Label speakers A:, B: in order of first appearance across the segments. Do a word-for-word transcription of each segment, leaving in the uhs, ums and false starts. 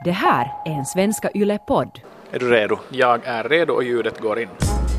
A: Det här är en Svenska Yle-podd.
B: Är du redo?
C: Jag är redo och ljudet går in.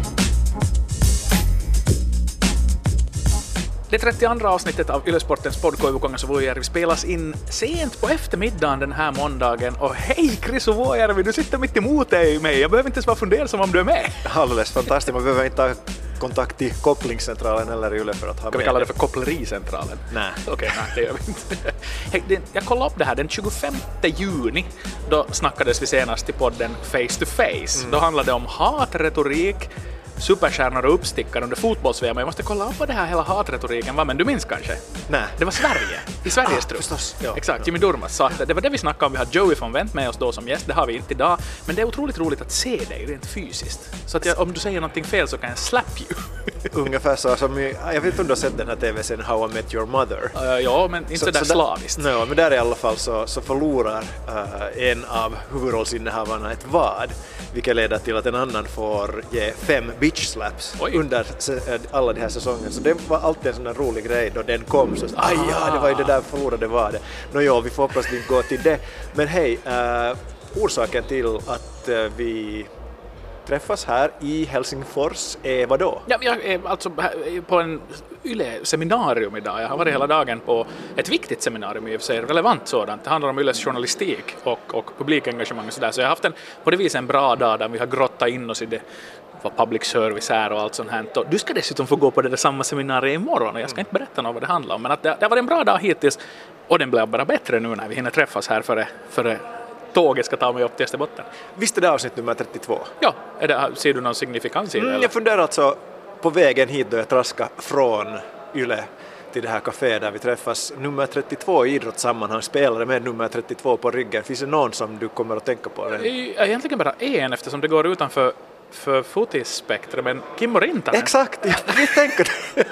C: Det trettioandra avsnittet av Yle-sportens podd Koivukongas och Vuojärvi spelas in sent på eftermiddagen den här måndagen. Och hej Chris och Vuojärvi, du sitter mitt emot dig mig. Jag behöver inte ens vara fundersam om du är med.
B: Alldeles fantastiskt, man behöver inte ha kontakt till kopplingscentralen eller Yle för att ha
C: Ska vi kalla det för kopplericentralen?
B: Nej.
C: Okej, okay, nej det gör vi inte. Hey, det, jag kollade upp det här den tjugofemte juni. Då snackades vi senast i podden Face to Face. Mm. Då handlade det om hatretorik, superstjärnor och uppstickare under fotbolls-V M. Jag måste kolla upp vad det här hela hatretoriken var, men du minns kanske?
B: Nej.
C: Det var Sverige, i Sveriges
B: ah,
C: trupp.
B: Förstås. Ja,
C: Exakt,
B: ja.
C: Jimmy Durmaz sa att det var det vi snackade om. Vi har Joey von Wendt med oss då som gäst, det har vi inte idag. Men det är otroligt roligt att se dig rent fysiskt. Så att jag, om du säger någonting fel så kan jag slap you.
B: Ungefär så som, jag vet inte om du har sett den här tv-serien How I Met Your Mother.
C: Uh, ja, men inte så, där så slaviskt.
B: Nej, men där i alla fall så, så förlorar uh, en av huvudrollsinnehavarna ett vad, vilket leder till att en annan får ge fem bitch slaps Oj. under alla de här säsongerna. Så det var alltid en sån där rolig grej då den kom. Så aj ja, det var ju det där förlorade vadet. Nå ja, vi får hoppas inte gå till det. Men hej, uh, orsaken till att uh, vi träffas här i Helsingfors är vad då?
C: Ja, jag är alltså på en Yle-seminarium idag. Jag har varit hela dagen på ett viktigt seminarium, i och för sig relevant sådant. Det handlar om Yles journalistik och, och publikengagemang och sådär. Så jag har haft en, på det viset en bra dag där vi har grottat in oss i det, vad public service är och allt sånt här. Och du ska dessutom få gå på det där samma seminarium imorgon och jag ska inte berätta något vad det handlar om. Men att det, det var en bra dag hittills och den blev bara bättre nu när vi hinner träffas här före, före tåget ska ta mig upp till Österbotten.
B: Visst är det avsnitt nummer trettiotvå?
C: Ja, är det, ser du någon signifikans i det?
B: Mm, jag funderar alltså på vägen hit då jag traskar från Yle till det här kaféet där vi träffas. Nummer trettiotvå i idrottssammanhang, spelare med nummer trettiotvå på ryggen. Finns det någon som du kommer att tänka på? Den?
C: Egentligen bara en, eftersom det går utanför för fotispektrum, men Kimmo Rintanen.
B: Exakt, jag tänker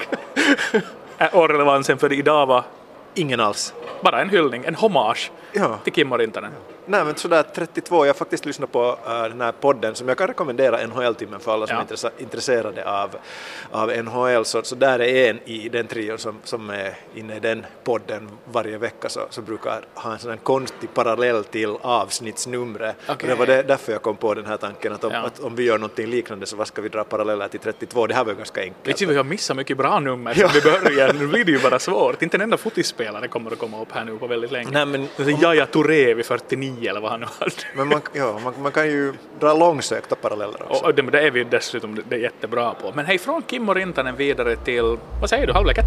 C: det. Och relevansen för det idag var
B: ingen alls.
C: Bara en hyllning, en hommage ja. till Kimmo Rintanen.
B: Nej, men sådär trettiotvå, jag har faktiskt lyssnat på uh, den här podden som jag kan rekommendera N H L-timmen för alla som ja. är intresserade av, av N H L, så, så där är en i den trion som, som är inne i den podden varje vecka, så, så brukar ha en sån här konstig parallell till avsnittsnumret. Okay. Det var det, därför jag kom på den här tanken att om, ja. att om vi gör någonting liknande så vad ska vi dra paralleller till trettiotvå? Det här var ju ganska enkelt.
C: Vet du, vi har missat mycket bra nummer ja. vi börjar, nu blir det ju bara svårt. Inte en enda fotispelare kommer att komma upp här nu på väldigt länge. Nej, men Jaja Touré vid fyrtionio eller vad han nu hade.
B: Men man, ja, man, man kan ju dra långsökta paralleller också.
C: Och det, det är vi dessutom det är jättebra på. Men hej, från Kimmo Rintanen vidare till, vad säger du, halvlek ett?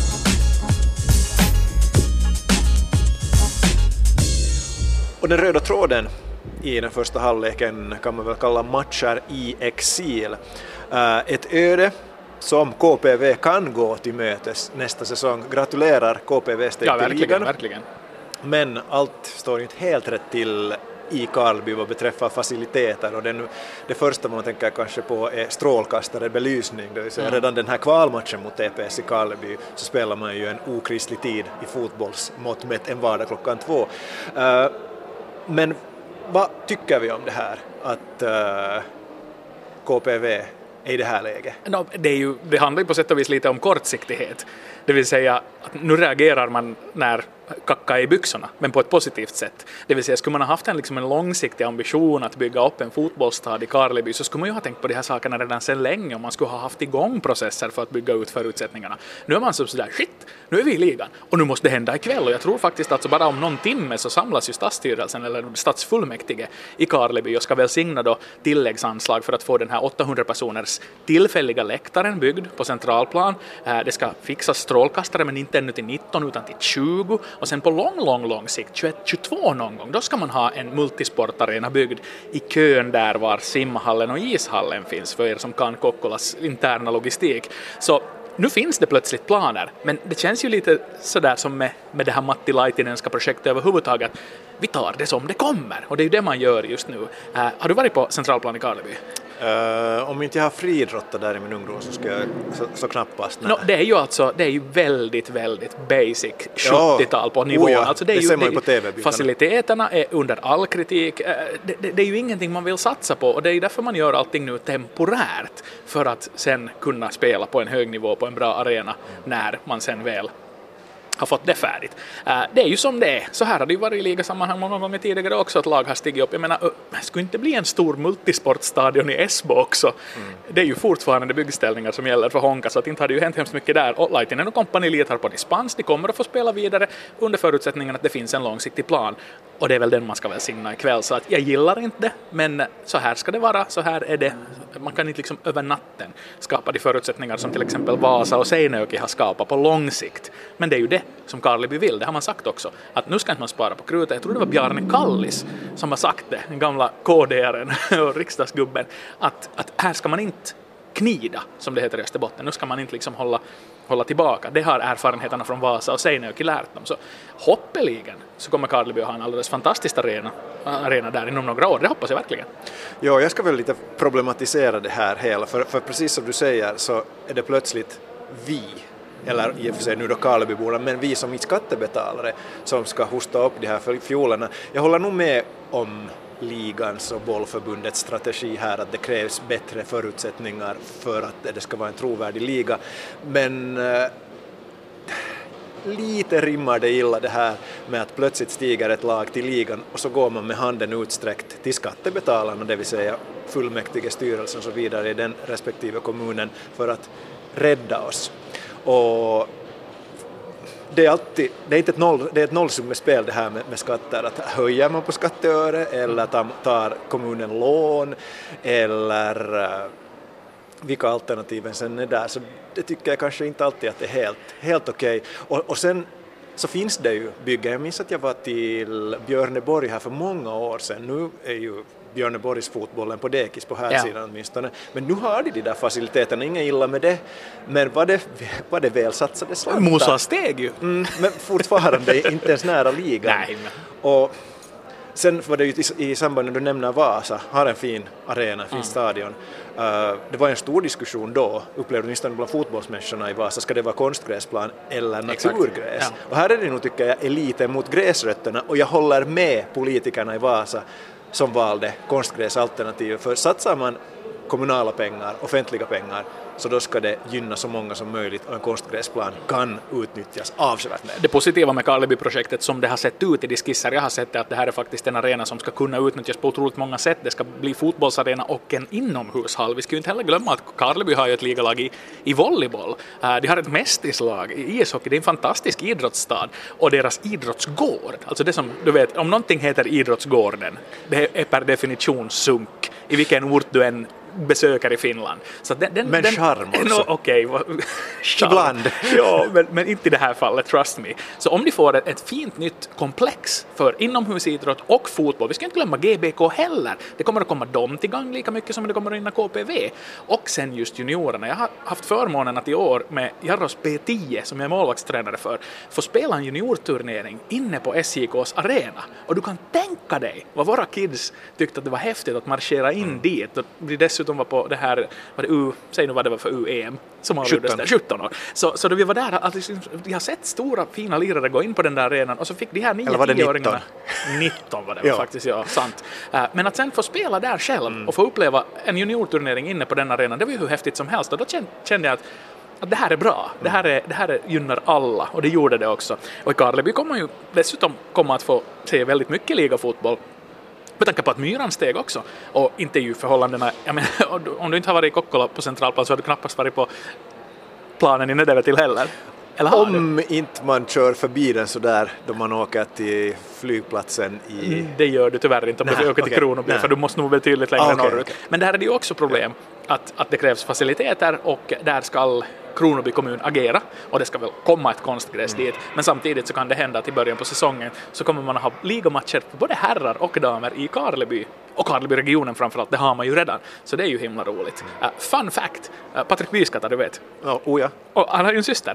B: Och den röda tråden i den första halvleken kan man väl kalla matcher i exil. Uh, ett öde som K P V kan gå till mötes nästa säsong. Gratulerar K P V steg
C: ja,
B: till
C: verkligen,
B: ligan.
C: verkligen.
B: Men allt står inte helt rätt till i Karleby vad beträffar faciliteter, och den, det första man tänker kanske på är strålkastare, belysning. Det vill säga mm. redan den här kvalmatchen mot T P S i Karleby så spelar man ju en okristlig tid i fotbollsmått mätt en vardag klockan två. Uh, men vad tycker vi om det här att uh, K P V är i det här läget?
C: No, det, är ju, det handlar ju på sätt och vis lite om kortsiktighet. Det vill säga att nu reagerar man när kacka i byxorna, men på ett positivt sätt. Det vill säga, skulle man ha haft en, liksom en långsiktig ambition att bygga upp en fotbollsstad i Karleby så skulle man ju ha tänkt på de här sakerna redan sedan länge, och man skulle ha haft igång processer för att bygga ut förutsättningarna. Nu är man så sådär, shit, nu är vi i ligan och nu måste det hända ikväll, och jag tror faktiskt att så bara om någon timme så samlas ju stadsstyrelsen eller stadsfullmäktige i Karleby och ska välsigna då tilläggsanslag för att få den här åttahundra personers tillfälliga läktaren byggd på centralplan. Det ska fixas strålkastare, men inte ännu till nitton utan till tjugo. Och sen på lång, lång, lång sikt, tjugoett tjugotvå någon gång, då ska man ha en multisportarena byggd i kön där var simhallen och ishallen finns, för er som kan Kokkolas interna logistik. Så nu finns det plötsligt planer, men det känns ju lite sådär som med, med det här Matti Laitinenska projektet överhuvudtaget. Vi tar det som det kommer, och det är ju det man gör just nu. Uh, har du varit på centralplan i Karleby?
B: Uh, om inte jag har friidrottat där i min ungdom så ska jag så, så knappast.
C: No, det är ju alltså det är ju väldigt väldigt basic sjuttiotal på nivån.
B: Oh ja,
C: alltså det är
B: det
C: ju,
B: ser man ju
C: det,
B: på T V.
C: Faciliteterna är under all kritik. Det, det, det är ju ingenting man vill satsa på, och det är därför man gör allting nu temporärt för att sen kunna spela på en hög nivå på en bra arena när man sen väl har fått det färdigt. Uh, det är ju som det är. Så här har det ju varit i ligasammanhang många gånger tidigare också att lag har stigit upp. Jag menar, uh, skulle inte bli en stor multisportstadion i Esbo också? Mm. Det är ju fortfarande byggställningar som gäller för Honka, så att inte har det ju hänt hemskt mycket där. Och Laitinen och kompani litar på dispens. De kommer att få spela vidare under förutsättningen att det finns en långsiktig plan. Och det är väl den man ska välsigna ikväll. Så att jag gillar inte det, men så här ska det vara, så här är det. Man kan inte liksom över natten skapa de förutsättningar som till exempel Vasa och Seinäjoki har skapat på lång sikt. Men det är ju det som Karleby vill, det har man sagt också. Att nu ska inte man spara på krutet. Jag tror det var Bjarne Kallis som har sagt det, den gamla K D-aren och riksdagsgubben, att, att här ska man inte knida, som det heter i Österbotten. Nu ska man inte liksom hålla, hålla tillbaka. Det har erfarenheterna från Vasa och Seinäjoki lärt dem. Så hoppeligen så kommer Karleby att ha en alldeles fantastisk arena, arena där inom några år. Det hoppas jag verkligen.
B: Ja, jag ska väl lite problematisera det här hela. För, för precis som du säger så är det plötsligt vi, eller i och för sig nu då Karlebyborna, men vi som skattebetalare som ska hosta upp de här fiolerna. Jag håller nog med om ligans och bollförbundets strategi här att det krävs bättre förutsättningar för att det ska vara en trovärdig liga. Men äh, lite rimmar det illa det här med att plötsligt stiger ett lag till ligan och så går man med handen utsträckt till skattebetalarna, det vill säga fullmäktige styrelsen och så vidare i den respektive kommunen för att rädda oss. Och det är alltid, det är inte ett noll, det är ett nollsummespel det här med, med skatter, att höjer man på skatteöre eller tar, tar kommunen lån eller uh, vilka alternativen sen är där, så det tycker jag kanske inte alltid att det är helt, helt okej. Okay. Och, och sen så finns det ju byggen, jag minns att jag var till Björneborg här för många år sedan, nu är ju Björneborgs fotbollen på dekis på här ja. sidan åtminstone. Men nu har de de där faciliteterna, inga illa med det. Men var det, var det väl satsade slantar?
C: Mosa steg ju.
B: Mm, men fortfarande inte ens nära ligan.
C: Nej, men.
B: Och sen var det ju i, i samband när du nämner Vasa, har en fin arena, fin mm. stadion. Uh, det var en stor diskussion då, upplevde åtminstone bland fotbollsmänniskorna i Vasa, ska det vara konstgräsplan eller naturgräs? Ja. Och här är det nog, tycker jag, eliten mot gräsrötterna, och jag håller med politikerna i Vasa som valde konstgräsalternativ. För satsar man kommunala pengar, offentliga pengar, så då ska det gynna så många som möjligt och en konstgräsplan kan utnyttjas avsevärt mer.
C: Det positiva med Karleby-projektet som det har sett ut i de skisser jag har sett är att det här är faktiskt en arena som ska kunna utnyttjas på otroligt många sätt. Det ska bli fotbollsarena och en inomhushall. Vi ska ju inte heller glömma att Karleby har ju ett ligalag i, i volleyboll. Uh, de har ett mästislag i ishockey. Det är en fantastisk idrottsstad. Och deras idrottsgård, alltså det som du vet, om någonting heter idrottsgården, det är per definition sunk i vilken ort du än besökare i Finland. Så den, den,
B: men
C: den,
B: charm också.
C: No, okej. Okay.
B: Ibland.
C: Ja, men, men inte i det här fallet, trust me. Så om de får ett, ett fint nytt komplex för inomhusidrott och fotboll, vi ska inte glömma G B K heller. Det kommer att komma dem till gång lika mycket som det kommer att rinna K P V. Och sen just juniorerna. Jag har haft förmånen att i år med Jarros P tio, som jag är målvaktstränare för, få spela en juniorturnering inne på S J K:s arena. Och du kan tänka dig vad våra kids tyckte att det var häftigt att marschera in mm. dit. Och bli dessutom var på det här, var det U, säg nu vad det var för U E M som avgjordes där, sjutton år. Så, så då vi var där, att vi har sett stora fina lirare gå in på den där arenan och så fick de här nio tioåringarna nitton var det ja. faktiskt, ja, sant. Uh, men att sen få spela där själv mm. och få uppleva en juniorturnering inne på den arenan, det var ju hur häftigt som helst. Och då kände jag att att det här är bra, det här, är, det här är gynnar alla, och det gjorde det också. Och i Karleby kommer ju dessutom komma att få se väldigt mycket ligafotboll. Med tanke på att Myran steg också, och inte ju förhållandena, jag menar, om du inte har varit i Kokkola på centralplan så har du knappast varit på planen i Nedeve till heller. Eller
B: om du? Inte man kör förbi den så där då man åker till flygplatsen i...
C: Mm, det gör du tyvärr inte om Nä, du åker till okay. Kronoby, för du måste nog betydligt längre ah, okay, norrut. Okay. Men där är det ju också problem att, att det krävs faciliteter, och där ska Kronoby kommun agera, och det ska väl komma ett konstgräs mm. dit, men samtidigt så kan det hända att i början på säsongen så kommer man att ha ligamatcher för både herrar och damer i Karleby, och Karleby-regionen framförallt, det har man ju redan, så det är ju himla roligt. Uh, fun fact, uh, Patrik Byskata, du vet.
B: Oh, oh ja.
C: Och han har ju en syster.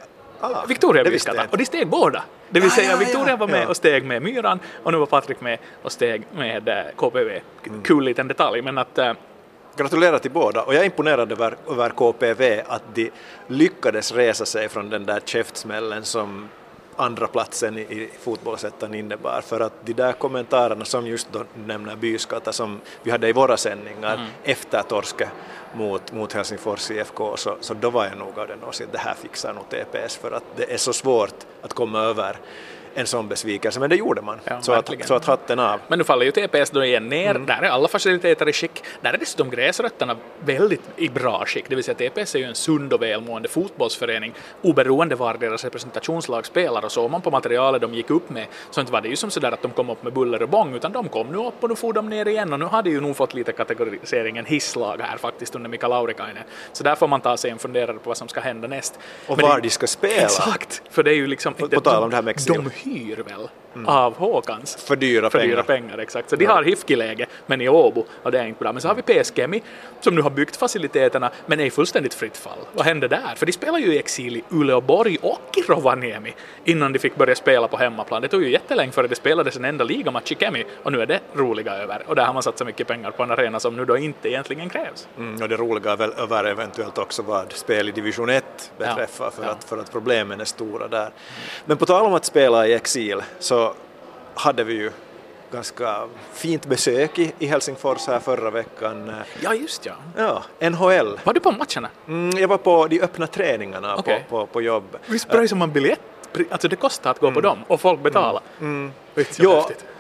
C: Ah, Victoria Byskata, och de steg båda. Det vill ah, säga ja, Victoria ja, var med ja. och steg med Myran, och nu var Patrik med och steg med uh, K P V. Mm. Kul liten detalj, men att... Uh,
B: Gratulerar till båda, och jag är imponerad över, över K P V att de lyckades resa sig från den där käftsmällen som andra platsen i, i fotbollsettan innebar, för att de där kommentarerna som just då nämner Byskata som vi hade i våra sändningar mm. efter torske mot, mot Helsingfors I F K, så, så då var jag nog av den åsikten att det här fixar nog T P S, för att det är så svårt att komma över en sån besvikelse, men det gjorde man.
C: Ja,
B: så, att, så att hatten av.
C: Men nu faller ju T P S då igen ner, mm. där är alla faciliteter i skick, där är dessutom gräsrötterna väldigt i bra skick, det vill säga T P S är ju en sund och välmående fotbollsförening, oberoende var deras representationslag spelar, och så man på materialet de gick upp med, så inte var det ju som sådär att de kom upp med buller och bång, utan de kom nu upp och nu får de ner igen, och nu hade ju nog fått lite kategoriseringen hisslag här faktiskt under Mika Laurikainen, så där får man ta sig en funderare på vad som ska hända näst.
B: Och
C: men
B: var
C: det,
B: de ska spela.
C: Exakt, för det är ju liksom
B: på, på tal om det här med exil.
C: De hyr väl mm. av Håkans
B: för dyra
C: för
B: pengar.
C: Dyra pengar exakt. Så de har hifkiläge, men i Åbo, och det är inte bra. Men så har vi P S Kemi som nu har byggt faciliteterna, men är i fullständigt fritt fall. Vad hände där? För de spelar ju i exil i Uleåborg och i Rovaniemi innan de fick börja spela på hemmaplan. Det tog ju jättelänge före det spelades en enda ligamatch i Kemi, och nu är det roliga över. Och där har man satt så mycket pengar på en arena som nu då inte egentligen krävs.
B: Mm, och det roliga är väl över eventuellt också vad spel i division ett beträffar, ja. För, ja. Att, för att problemen är stora där. Mm. Men på tal om att spela i exil, så hade vi ju ganska fint besök i, i Helsingfors här förra veckan.
C: Ja, just ja.
B: Ja, N H L.
C: Var du på matcherna?
B: Mm, jag var på de öppna träningarna
C: okay.
B: på, på, på jobb.
C: Visst börjar som man biljett? Alltså det kostar att gå mm. på dem, och folk betalar.
B: Mm. Mm.
C: Jo,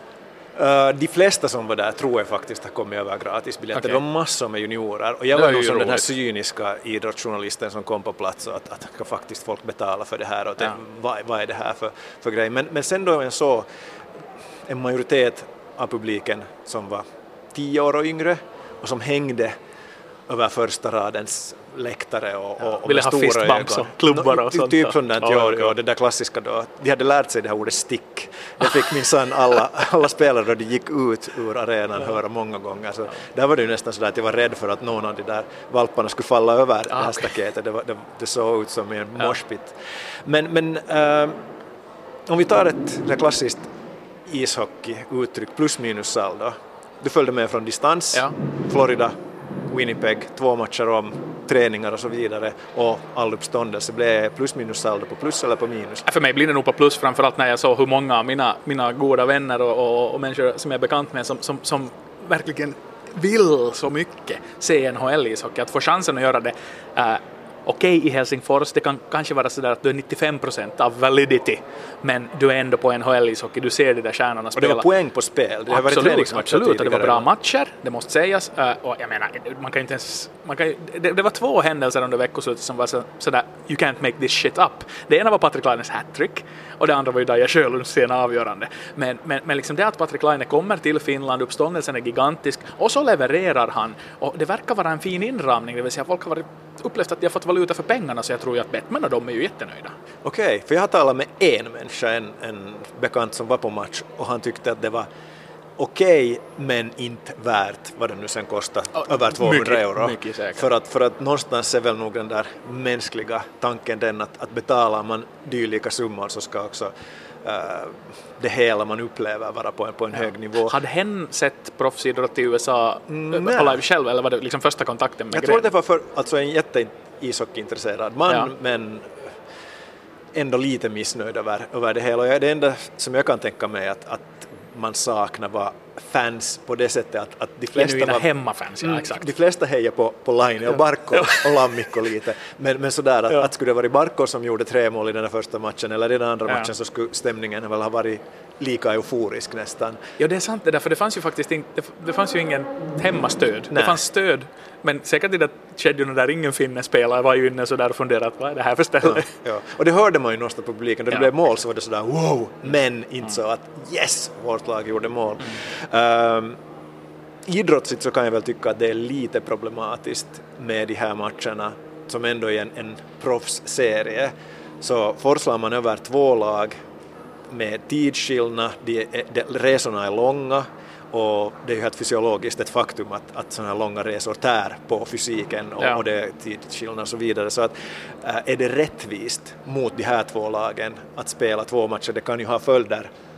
B: Uh, de flesta som var där tror jag faktiskt har kommit över gratisbiljetter. Okay. Det var massor med juniorer, och jag var nog som den här cyniska idrottsjournalisten som kom på plats och att, att ska faktiskt folk betala för det här, och ja. det, vad, vad är det här för, för grej. Men, men sen då jag såg en majoritet av publiken som var tio år och yngre och som hängde över första radens läktare och, och, och
C: ville ha fistbumps och klubbar och sånt.
B: Typ sånt där, oh, ja, ja, det där klassiska då. De hade lärt sig det här ordet stick. Det fick minsann alla, alla spelare då de gick ut ur arenan ja. höra många gånger. Så där var det ju nästan så där att jag var rädd för att någon av de där valparna skulle falla över ah, det här okay. staketet. Det, var, det, det såg ut som en ja. moshpit. Men, men äh, om vi tar ett det klassiskt ishockey-uttryck, plus minus saldo. Du följde med från distans, ja. Florida, Winnipeg, två matcher om, träningar och så vidare, och all uppståndelse. Blev plus minus saldo på plus eller på minus?
C: För mig blir det nog på plus, framförallt när jag såg hur många av mina, mina goda vänner och, och, och människor som jag är bekant med som, som, som verkligen vill så mycket se N H L-ishockey, att få chansen att göra det äh, okej okay, i Helsingfors, det kan kanske vara så där att du är nittiofem procent av validity, men du är ändå på N H L-ishockey, du ser de där stjärnorna spela.
B: Och det var poäng på spel, det har varit träningsmatcher
C: absolut, och det var bra matcher, det måste sägas, och jag menar, man kan inte ens, man kan, det, det var två händelser under veckoslutet som var så, sådär, you can't make this shit up. Det ena var Patrik Laines hattrick, och det andra var ju Daja Sjölunds sena avgörande. Men, men, men liksom det att Patrik Laine kommer till Finland, uppståndelsen är gigantisk, och så levererar han, och det verkar vara en fin inramning, det vill säga folk har varit upplevt att de har fått valuta för pengarna, så jag tror ju att Bettman och de är ju jättenöjda.
B: Okej, okay, för jag har talat med en människa, en, en bekant som var på match, och han tyckte att det var okej, okay, men inte värt vad det nu sen kostar, oh, över tvåhundra mycket, euro. Mycket för, att, för att någonstans är väl nog den där mänskliga tanken den att, att betalar man dylika summor så ska också uh, det hela man upplever vara på en, på en ja. hög nivå.
C: Hade hen sett proffsidrott i U S A mm, på live själv, eller var det liksom första kontakten med
B: Jag
C: grejen?
B: tror det var för, alltså en jätte ishockeyintresserad man, ja. men ändå lite missnöjd över, över det hela. Och det enda som jag kan tänka mig att, att man saknar var fans på det sättet att, att de flesta var
C: hemmafans, ja, exakt.
B: De flesta hejar på, på Laine och Barkko ja. och Lammikko lite, men, men sådär att, ja. att skulle det vara Barkko som gjorde tre mål i den första matchen eller i den andra ja. matchen, så skulle stämningen väl ha varit lika euforisk nästan.
C: Ja, det är sant det där, för det fanns ju faktiskt in, det, det fanns ju ingen hemmastöd. Nej. Det fanns stöd, men säkert i det kedjorna där ingen finne spelare var ju inne så där och funderade, vad är det här för ställe?
B: Ja, ja. Och det hörde man ju någonstans på publiken, då det ja. blev mål så var det sådär wow, men inte mm. så att yes, vårt lag gjorde mål. Mm. Um, idrottsligt så kan jag väl tycka att det är lite problematiskt med de här matcherna som ändå är en, en proffsserie. Så forslar man över två lag med tidsskillnad, de, de, resorna är långa, och det är ju helt fysiologiskt ett faktum att, att sådana här långa resor tär på fysiken och, ja. och det är tidsskillnad och så vidare. Så att, äh, är det rättvist mot de här två lagen att spela två matcher? Det kan ju ha följder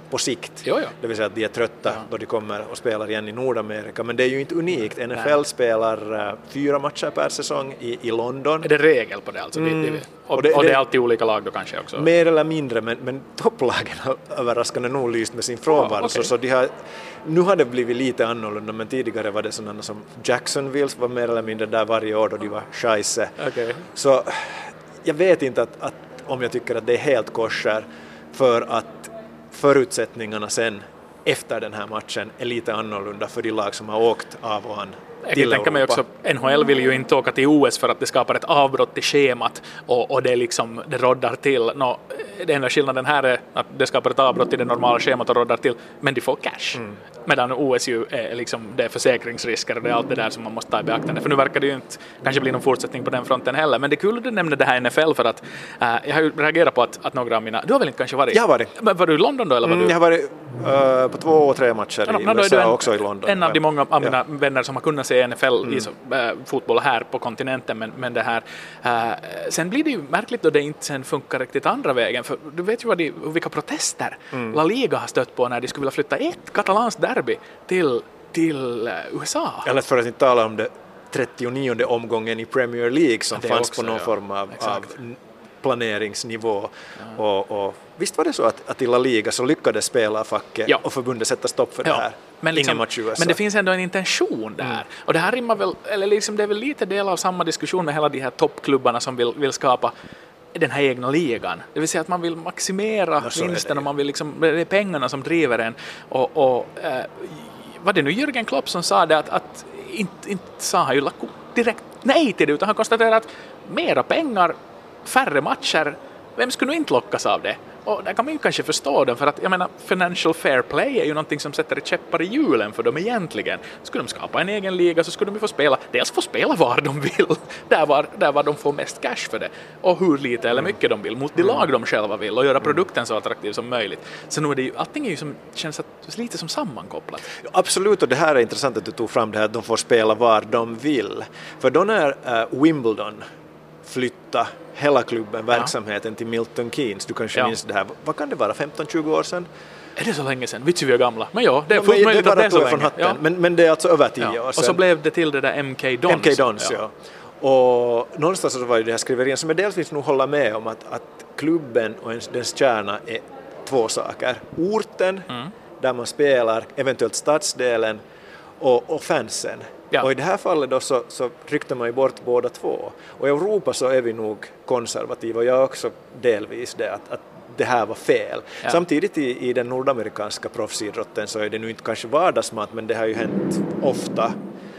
B: på sikt.
C: Jo, jo.
B: Det vill säga att de är trötta
C: Ja.
B: då de kommer och spelar igen i Nordamerika. Men det är ju inte unikt. N F L Nej. spelar uh, fyra matcher per säsong i, i London.
C: Är det regel på det alltså? Mm. Det, det, och, och, det, och det är alltid olika lag då kanske också?
B: Mer eller mindre, men, men topplagen har överraskande nog lyst med sin frånvaro. Oh, okay. så, så de har, nu har det blivit lite annorlunda, men tidigare var det sådana som Jacksonville var mer eller mindre där varje år då de var scheisse.
C: Okay.
B: Så jag vet inte att, att, om jag tycker att det är helt kosher, för att förutsättningarna sen efter den här matchen är lite annorlunda för de lag som har åkt av och an.
C: Jag tänker mig också, N H L vill ju inte åka till O S för att det skapar ett avbrott i schemat och, och det, liksom, det roddar till. Nå, den enda skillnaden här är att det skapar ett avbrott i det normala schemat och roddar till, men de får cash. Mm. Medan O S ju är, liksom, det är försäkringsrisker och det är allt det där som man måste ta i beaktande. För nu verkar det ju inte kanske bli någon fortsättning på den fronten heller. Men det är kul att du nämnde det här N F L för att äh, jag har ju reagerat på att, att några av mina... Du har väl inte kanske varit?
B: Jag har varit.
C: Men var du i London då? Eller var
B: mm,
C: du?
B: Jag har varit uh, på två och tre matcher ja, i U S A en, också i London.
C: En av de många av mina
B: ja.
C: vänner som har kunnat se N F L mm. i så, äh, fotboll här på kontinenten, men, men det här äh, sen blir det ju märkligt då det inte sen funkar riktigt andra vägen, för du vet ju vad de, vilka protester mm. La Liga har stött på när de skulle vilja flytta ett katalanskt derby till, till äh, U S A.
B: Eller för att inte tala om det trettionionde omgången i Premier League som fanns också, på någon ja. form av, av planeringsnivå ja. och, och visst var det så att, att i La Liga så lyckades spelarfacket ja. och förbundet sätta stopp för ja. det här.
C: Men, liksom, men det finns ändå en intention där. Mm. Och det här rimmar väl, eller liksom det är väl lite del av samma diskussion med hela de här toppklubbarna som vill, vill skapa den här egna ligan. Det vill säga att man vill maximera ja, vinsten och man vill liksom, det är pengarna som driver en. Och, och eh, var det nu Jürgen Klopp som sa det att, att inte, inte sa han ju direkt nej till det, utan han konstaterade att mera pengar, färre matcher, vem skulle inte lockas av det? Och där kan man ju kanske förstå den, för att jag menar, financial fair play är ju någonting som sätter ett käppar i hjulen för dem egentligen. Skulle de skapa en egen liga så skulle de ju få spela, dels få spela var de vill, där var, där var de får mest cash för det, och hur lite eller mycket de vill, mot de lag de själva vill, och göra produkten så attraktiv som möjligt. Så nu är det ju, allting är ju som, känns att, lite som sammankopplat.
B: Absolut, och det här är intressant att du tog fram det här att de får spela var de vill. För då när uh, Wimbledon flytta hela klubben, verksamheten ja. till Milton Keynes. Du kanske ja. minns det här. Vad kan det vara? femton tjugo år sedan?
C: Är det så länge sedan? Vet vi är gamla. Men ja, det är
B: ja,
C: fullt möjligt
B: det
C: att det är så länge.
B: Ja. Men, men det är alltså över tio ja. år sedan.
C: Och så blev det till det där M K Dons.
B: M K Dons, ja. ja. Och någonstans så var ju det här skriverien som jag delvis nog håller med om att, att klubben och dess kärna är två saker. Orten, mm. där man spelar, eventuellt stadsdelen och, och fansen. Ja. Och i det här fallet då så, så ryckte man ju bort båda två. Och i Europa så är vi nog konservativa, och jag också delvis det att, att det här var fel. Ja. Samtidigt i, i den nordamerikanska proffsidrotten så är det nu inte kanske vardagsmat, men det har ju hänt ofta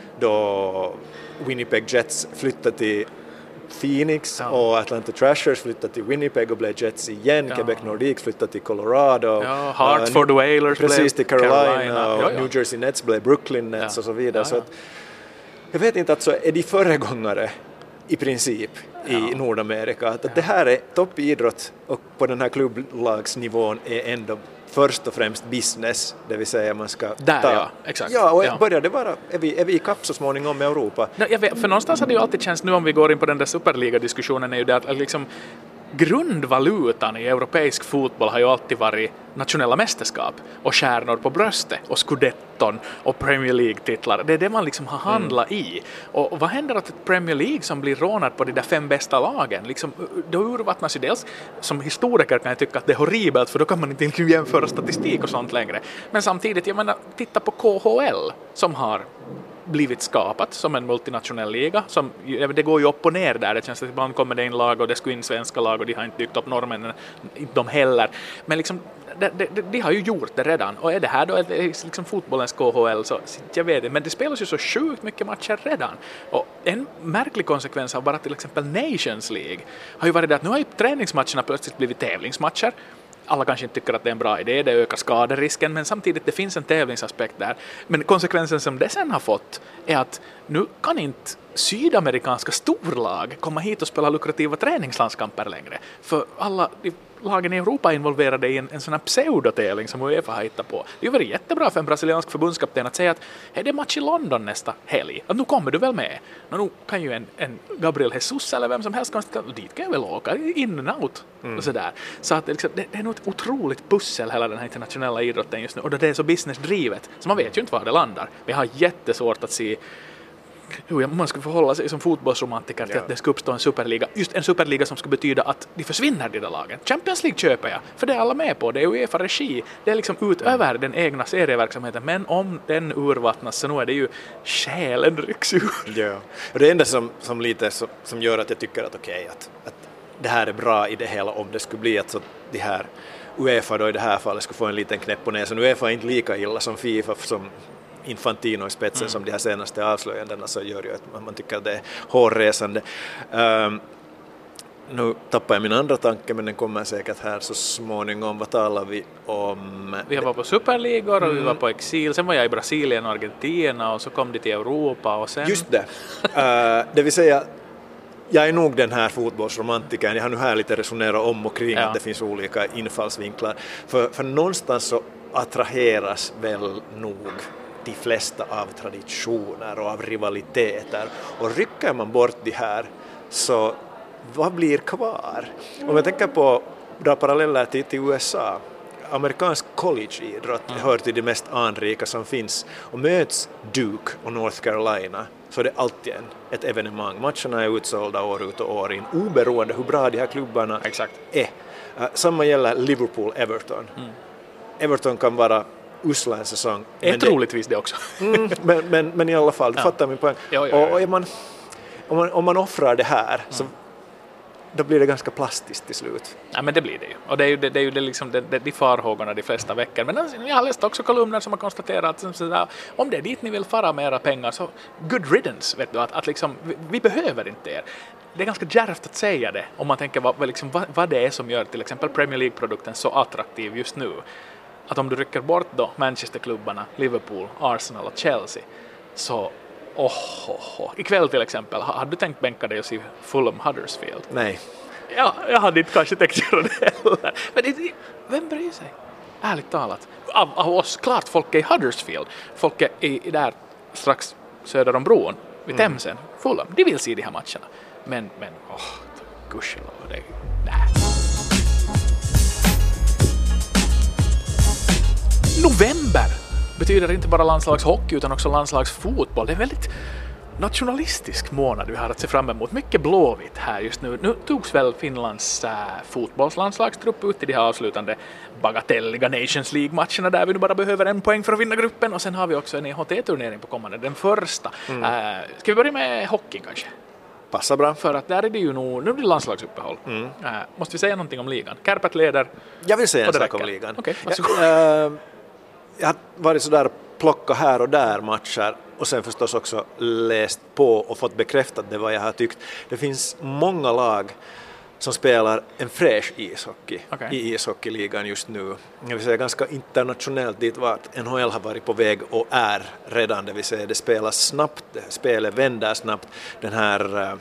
B: då Winnipeg Jets flyttade till Phoenix ja. och Atlanta Thrashers flyttade till Winnipeg och blev Jets igen. Ja. Quebec Nordiques flyttade till Colorado.
C: Ja, Hartford uh, Whalers
B: precis till Carolina,
C: Carolina.
B: och
C: ja, ja.
B: New Jersey Nets blev Brooklyn Nets ja. och så vidare. Ja, ja. Så att, jag vet inte att så är de föregångare i princip i ja. Nordamerika. Att, att det här är toppidrott, och på den här klubblagsnivån är ändå först och främst business, det vill säga man ska
C: Där,
B: ta...
C: ja, exakt.
B: Ja, och
C: ja.
B: börjar det vara, är vi, är vi i kapp så småningom med Europa?
C: No, jag vet, för någonstans har det ju alltid känts, nu om vi går in på den där superliga-diskussionen, är ju det att liksom grundvalutan i europeisk fotboll har ju alltid varit nationella mästerskap och stjärnor på bröstet och scudetton och Premier League-titlar. Det är det man liksom har handlat mm. i. Och, och vad händer att ett Premier League som blir rånat på de där fem bästa lagen? Liksom, då urvattnas ju dels, som historiker kan jag tycka att det är horribelt, för då kan man inte jämföra statistik och sånt längre. Men samtidigt, jag menar, titta på K H L som har blivit skapat som en multinationell liga. Som, det går ju upp och ner där. Det känns att ibland kommer det in lag och det skulle in svenska lag och de har inte dykt upp norrmännen, inte de heller. Men liksom, de, de, de har ju gjort det redan. Och är det här då är det liksom fotbollens K H L, så jag vet det. Men det spelas ju så sjukt mycket matcher redan. Och en märklig konsekvens av bara till exempel Nations League har ju varit det att nu har ju träningsmatcherna plötsligt blivit tävlingsmatcher. Alla kanske inte tycker att det är en bra idé, det ökar skaderisken, men samtidigt det finns en tävlingsaspekt där. Men konsekvensen som det sen har fått är att nu kan inte sydamerikanska storlag komma hit och spela lukrativa träningslandskamper längre. För alla, lagen i Europa involverade i en, en sån här pseudotävling som UEFA har hittat på. Det är ju varit jättebra för en brasiliansk förbundskapten att säga att hej, det är match i London nästa helg. Att nu kommer du väl med? Nå, nu kan ju en, en Gabriel Jesus eller vem som helst kan, dit kan jag väl åka, in and out mm. och sådär. Så att liksom, det, det är nog ett otroligt pussel hela den här internationella idrotten just nu. Och det är så businessdrivet så man vet ju inte var det landar. Vi har jättesvårt att se hur man ska förhålla sig som fotbollsromantiker till ja. att det ska uppstå en superliga. Just en superliga som ska betyda att de försvinner, de där lagen. Champions League köper jag, för det är alla med på. Det är UEFA-regi. Det är liksom utöver den egna serieverksamheten. Men om den urvattnas så nu är det ju själen rycks ur.
B: Ja. Och det enda som, som lite som, som gör att jag tycker att okej, okay, att, att det här är bra i det hela om det skulle bli att så de här UEFA då i det här fallet skulle få en liten knäpp på näsan. UEFA är inte lika illa som FIFA som Infantino i spetsen mm. som de här senaste avslöjandena så gör ju att man tycker att det är hårresande. Um, nu tappar jag min andra tanke men den kommer säkert här så småningom. Vad talar vi om?
C: Vi var på superligor och mm. vi var på exil. Sen var jag i Brasilien och Argentina och så kom de till Europa och sen...
B: Just det. Uh, det vill säga jag är nog den här fotbollsromantikern. Jag har nu här lite resonerat om och kring ja. att det finns olika infallsvinklar. För, för någonstans så attraheras väl nog de flesta av traditioner och av rivaliteter. Och rycker man bort de här så vad blir kvar? Om jag tänker på dra paralleller till, till U S A. Amerikansk collegeidrott mm. hör till det mest anrika som finns. Och möts Duke och North Carolina så är det alltid en, ett evenemang. Matcherna är utsålda år ut och år in. Oberoende hur bra de här klubbarna
C: Exakt.
B: är. Uh, samma gäller Liverpool-Everton. Mm. Everton kan vara usla en säsong.
C: Är troligtvis det, det också.
B: mm, men, men, men i alla fall, du ja. fattar min poäng.
C: Ja, ja, ja.
B: Och, och är man, om, man, om man offrar det här mm. så då blir det ganska plastiskt till slut.
C: Ja, men det blir det ju. Och det är ju, det, det är ju det liksom det, det, de farhågorna de flesta veckor. Men alltså, jag har läst också kolumner som har konstaterat att sådär, om det är dit ni vill fara med era pengar så good riddance, vet du, att, att liksom, vi, vi behöver inte er. Det är ganska djärvt att säga det om man tänker vad, liksom, vad, vad det är som gör till exempel Premier League-produkten så attraktiv just nu. Att om du rycker bort då Manchester-klubbarna, Liverpool, Arsenal och Chelsea så oh, oh, oh. ikväll till exempel, hade du tänkt bänka dig och se Fulham Huddersfield?
B: Nej.
C: Ja, jag hade inte kanske tänkt göra det heller. Men det, vem bryr sig? Ärligt talat. Av, av oss, klart folk är i Huddersfield. Folk är i, i där strax söder om bron, vid mm. Themsen. Fulham, de vill se de här matcherna. Men, men, åh, oh, gudskelov, det är... Nej. November betyder inte bara landslagshockey utan också landslagsfotboll. Det är en väldigt nationalistisk månad vi har att se fram emot. Mycket blåvitt här just nu. Nu togs väl Finlands äh, fotbollslandslagstrupp ut i de här avslutande bagatelliga Nations League-matcherna där vi nu bara behöver en poäng för att vinna gruppen. Och sen har vi också en E H T-turnering på kommande, den första. Mm. Äh, ska vi börja med hockeyn kanske?
B: Passar bra.
C: För att där är det ju nog, nu blir det landslagsuppehåll. Mm. Äh, måste vi säga någonting om ligan? Kärpät leder.
B: Jag vill säga en sak om ligan. Okay, jag, äh, jag har varit sådär plocka här och där matcher och sen förstås också läst på och fått bekräftat det vad jag har tyckt. Det finns många lag som spelar en fräsch ishockey okay. i ishockeyligan just nu. Jag vill säga ganska internationellt dit vart N H L har varit på väg och är redan, det vill säga det spelas snabbt, spelet vänder snabbt, den här uh,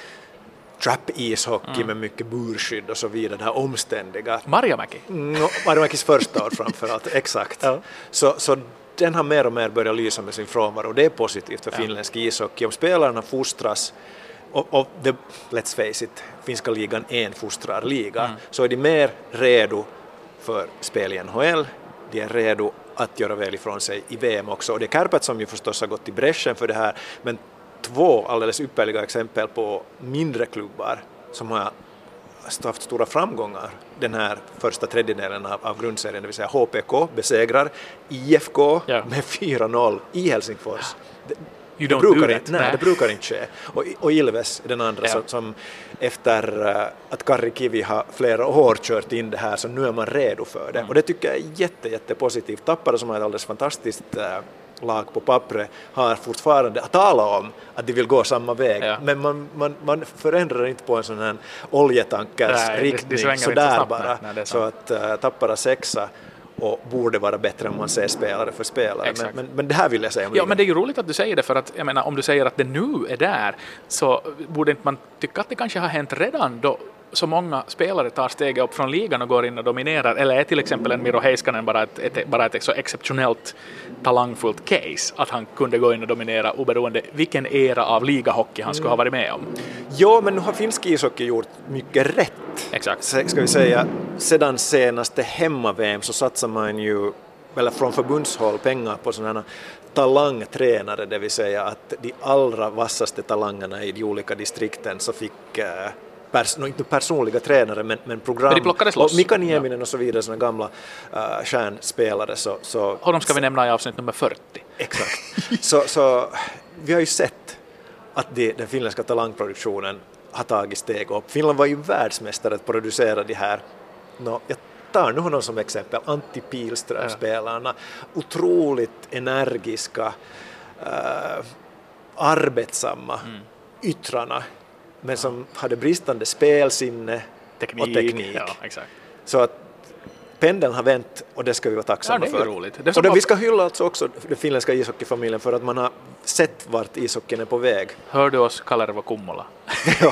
B: trap-ishockey mm. med mycket burskydd och så vidare, det här omständiga.
C: Marjamäki.
B: Mm, Marjamäkis första år framförallt, exakt. Ja. Så, så den har mer och mer börjat lysa med sin frånvaro och det är positivt för ja. finländsk ishockey. Om spelarna fostras och, och the, let's face it, finska ligan är en fostrarliga, mm. så är de mer redo för spel i N H L, de är redo att göra väl ifrån sig i V M också. Och det är Kärpät som ju förstås har gått i bräschen för det här, men två alldeles ypperliga exempel på mindre klubbar som har haft stora framgångar den här första tredjedelen av, av grundserien, det vill säga H P K besegrar I F K yeah. med fyra noll i Helsingfors. Det,
C: det,
B: brukar, inte, nej, det brukar inte ske. Och, och Ilves, den andra, yeah. som, som efter uh, att Karri Kivi har flera år kört in det här, så nu är man redo för det. Mm. Och det tycker jag är jätte, jätte positivt. Tappara som har ett alldeles fantastiskt uh, lag på pappret har fortfarande att tala om att de vill gå samma väg, ja. men man, man, man förändrar inte på en sån här oljetankers nej, riktning det, det sådär så bara, nej, så att uh, Tappara sexa och borde vara bättre om man ser spelare för spelare, men, men, men det här vill jag säga om
C: ja,
B: ligan.
C: Men det är ju roligt att du säger det, för att jag menar, om du säger att det nu är där så borde inte man tycka att det kanske har hänt redan då så många spelare tar steget upp från ligan och går in och dominerar, eller är till exempel en Miro Heiskanen bara ett, ett, bara ett så exceptionellt talangfullt case att han kunde gå in och dominera oberoende vilken era av ligahockey han skulle ha varit med om?
B: Ja, men nu har finsk ishockey gjort mycket rätt.
C: Exakt.
B: Ska vi säga, sedan senaste hemma-V M så satsar man ju, eller från förbundshåll, pengar på sådana talangtränare, det vill säga att de allra vassaste talangerna i de olika distrikten så fick eh, pers- inte personliga tränare men, men program,
C: men de plockades loss.
B: Och Mika Nieminen och så vidare, sådana gamla uh, stjärnspelare. Så, så,
C: och de ska vi nämna i avsnitt nummer fyrtio.
B: Exakt. så, så vi har ju sett att det, den finländska talangproduktionen har tagit steg upp. Finland var ju världsmästare att producera de här. No, jag tar nu honom som exempel. Antti Pihlström-spelarna. Otroligt energiska, äh, arbetsamma mm. yttrarna. Men som hade bristande spelsinne
C: teknik,
B: och teknik.
C: Ja, exakt.
B: Så att pendeln har vänt och det ska vi vara tacksamma
C: ja, det är
B: för.
C: Roligt. Det är
B: och då,
C: bara...
B: vi ska hylla alltså också den finländska ishockeyfamiljen för att man har sett vart ishockeyn är på väg.
C: Hör du oss, Kalerva Kummola?
B: Ja.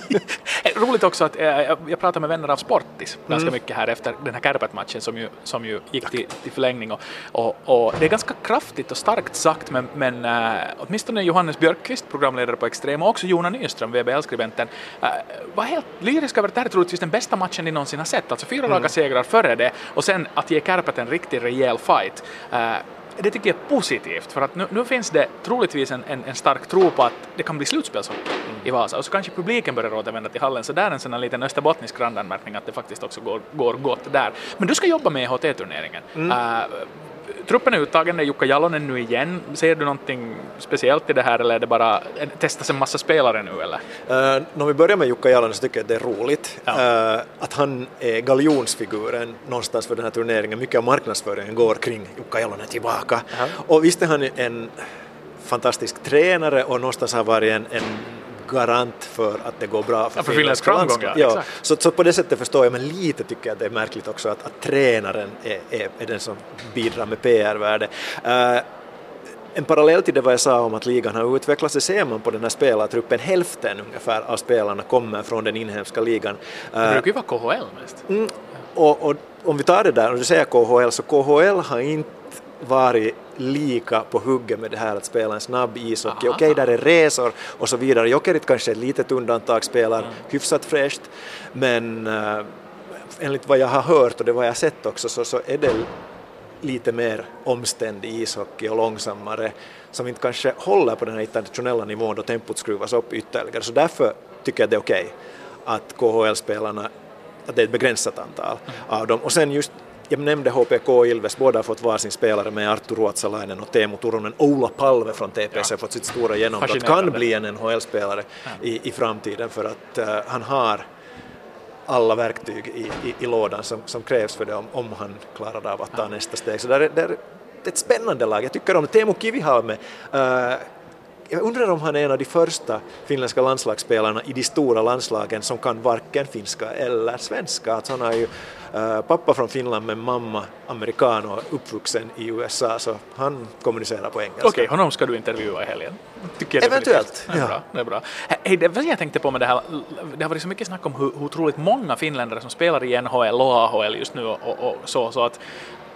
C: Roligt också att jag, jag pratade med vänner av Sportis ganska
B: mm.
C: mycket här efter den här Kärpät-matchen som ju, som ju gick till, till förlängning och, och, och det är ganska kraftigt och starkt sagt men, men äh, åtminstone Johannes Björkqvist, programledare på Extrem, och också Jonas Nyström, V B L-skribenten, äh, var helt lyriska över att det här är troligtvis den bästa matchen de någonsin har sett, alltså fyra mm. raka segrar före det och sen att ge Kärpät en riktig rejäl fight. Äh, Det tycker jag är positivt, för att nu, nu finns det troligtvis en, en, en stark tro på att det kan bli slutspelshockey mm. i Vasa, och så kanske publiken börjar återvända till hallen, så där är en sån här liten österbottnisk randanmärkning att det faktiskt också går, går gott där. Men du ska jobba med E H T-turneringen. Mm. Uh, truppen är uttagen, är Jukka Jalonen nu igen. Ser du någonting speciellt i det här, eller är det bara testas en massa spelare nu? Eller?
B: Uh, när vi börjar med Jukka Jalonen så tycker jag att det är roligt ja. uh, att han är galjonsfiguren någonstans för den här turneringen. Mycket av marknadsföringen går kring Jukka Jalonen tillbaka. Uh-huh. Och visst är han en fantastisk tränare och någonstans har varit en, en garant för att det går bra för,
C: ja, för finländsk framgång. Ja,
B: ja, så, så på det sättet förstår jag, men lite tycker jag att det är märkligt också att, att tränaren är, är, är den som bidrar med P R-värde. Uh, en parallell till det vad jag sa om att ligan har utvecklats, det ser man på den här spelartruppen. Hälften ungefär av spelarna kommer från den inhemska ligan.
C: Uh, det brukar ju vara K H L mest.
B: Mm, och, och om vi tar det där, och du säger K H L, så K H L har inte varit lika på hugget med det här att spela en snabb ishockey. Okej, okay, där är resor och så vidare. Jokerit kanske är ett litet undantag, spelar mm. hyfsat fräscht, men uh, enligt vad jag har hört och det vad jag har sett också så, så är det lite mer omständig ishockey och långsammare som inte kanske håller på den här internationella nivån då tempot skruvas upp ytterligare. Så därför tycker jag det är okej okay att K H L-spelarna, att det är ett begränsat antal mm. av dem. Och sen just jag nämnde H P K Ilves, båda har fått varsin spelare med Arttu Ruotsalainen och Teemu Turunen. Ola Palve från T P C har ja. fått sitt stora genombrott. Kan bli en N H L-spelare ja. i, i framtiden för att uh, han har alla verktyg i, i, i lådan som, som krävs för det om, om han klarar av att ta ja. nästa steg. Så där är, där, det är ett spännande lag. Jag tycker om Teemu Kivihalme. Uh, Jag undrar om han är en av de första finländska landslagsspelarna i de stora landslagen som kan varken finska eller svenska. Alltså han har ju äh, pappa från Finland men mamma amerikan och uppvuxen i U S A, så han kommunicerar på engelska.
C: Okej, okay, honom ska du intervjua i helgen.
B: Tycker eventuellt.
C: Det är, ja. bra, det är bra. Hey, det vad jag tänkte på med det här, det har varit så mycket snack om hur, hur otroligt många finländare som spelar i N H L och A H L just nu och, och, och så, så att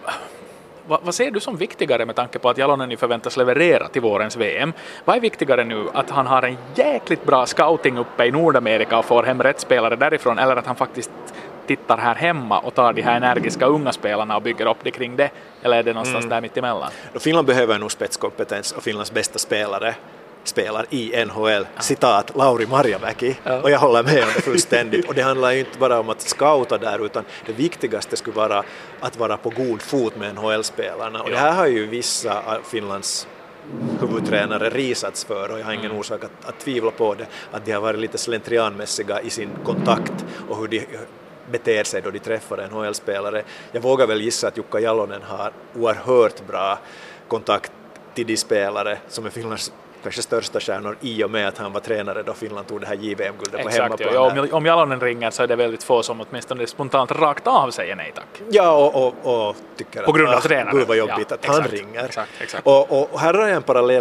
C: Vad, vad ser du som viktigare med tanke på att Jalonen förväntas leverera till vårens V M? Vad är viktigare nu? Att han har en jäkligt bra scouting uppe i Nordamerika och får hem rätt spelare därifrån, eller att han faktiskt tittar här hemma och tar de här energiska unga spelarna och bygger upp det kring det? Eller är det någonstans mm. där mitt emellan?
B: Finland behöver nog spetskompetens och Finlands bästa spelare spelar i N H L, ja. citat Lauri Marjamäki, ja. och jag håller med om det fullständigt. Och det handlar ju inte bara om att scouta där, utan det viktigaste skulle vara att vara på god fot med N H L-spelarna. Och ja. det här har ju vissa av Finlands huvudtränare risats för, och jag har ingen mm. orsak att, att tvivla på det, att de har varit lite slentrianmässiga i sin kontakt och hur de beter sig då de träffar N H L-spelare. Jag vågar väl gissa att Jukka Jalonen har oerhört bra kontakt till de spelare som är Finlands kanske största stjärnor i och med att han var tränare då Finland tog det här J V M-guldet på hemmaplan.
C: Ja, om, om Jalonen ringer så är det väldigt få som åtminstone spontant rakt av säger nej tack.
B: Ja, och, och, och tycker
C: på grund av tränaren.
B: Gud vad jobbigt
C: ja,
B: att
C: exakt,
B: han ringer.
C: Exakt, exakt.
B: Och, och här är en parallell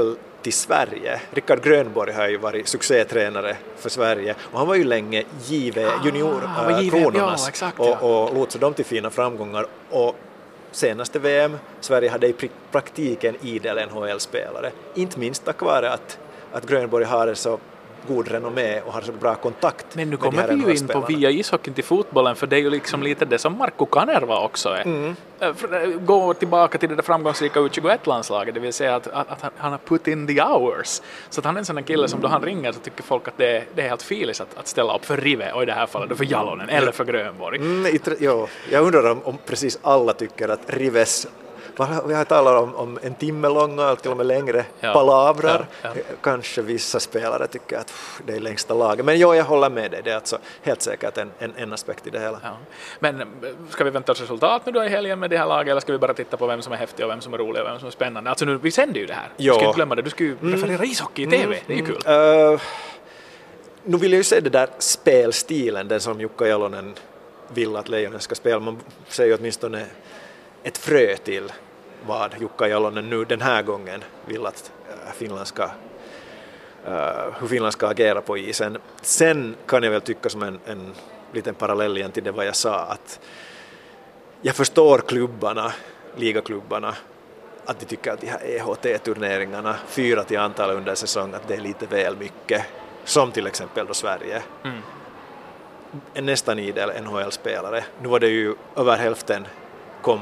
B: till Sverige. Rickard Grönborg har ju varit succétränare för Sverige och han var ju länge givet juniorkronornas
C: ah, ja, ja.
B: och, och lotsade dem till fina framgångar och senaste V M, Sverige hade i praktiken idel N H L-spelare. Inte minst tack vare att, att Grönborg har så god renommé och har så bra kontakt.
C: Men nu kommer vi ju in på via ishockeyn till fotbollen, för det är ju liksom lite det som Markku Kanerva också är. Mm. Gå tillbaka till det där framgångsrika U tjugoett-landslaget, det vill säga att, att, att han har put in the hours. Så att han är en sån kille som då han ringer så tycker folk att det, det är helt filis att, att ställa upp för Rive och i det här fallet för Jalonen eller för Grönborg.
B: Mm, jo, jag undrar om, om precis alla tycker att Rives vi har talat om, om en timme långa och till och med längre ja, palavrar. Ja, ja. Kanske vissa spelare tycker att pff, det är längsta laget. Men jo, jag håller med dig. Det är alltså helt säkert en, en, en aspekt i det hela. Ja.
C: Men ska vi vänta oss resultat nu då i helgen med det här laget eller ska vi bara titta på vem som är häftig och vem som är rolig och vem som är spännande? Alltså nu, vi sänder ju det här. Jo. Du ska inte glömma det. Du ska ju preferera mm. ishockey i T V. Mm. Det är ju kul. Uh,
B: nu vill jag ju se det där spelstilen, den som Jukka Jalonen vill att Lejonen ska spela. Man säger ju åtminstone ett frö till vad Jukka Jalonen nu den här gången vill att Finland ska, uh, hur Finland ska agera på isen. Sen kan jag väl tycka som en, en liten parallell igen till det vad jag sa, att jag förstår klubbarna, ligaklubbarna, att de tycker att de här E H T-turneringarna, fyra till antal under säsong, att det är lite väl mycket, som till exempel då Sverige. Mm. En nästan idel N H L-spelare. Nu var det ju över hälften kom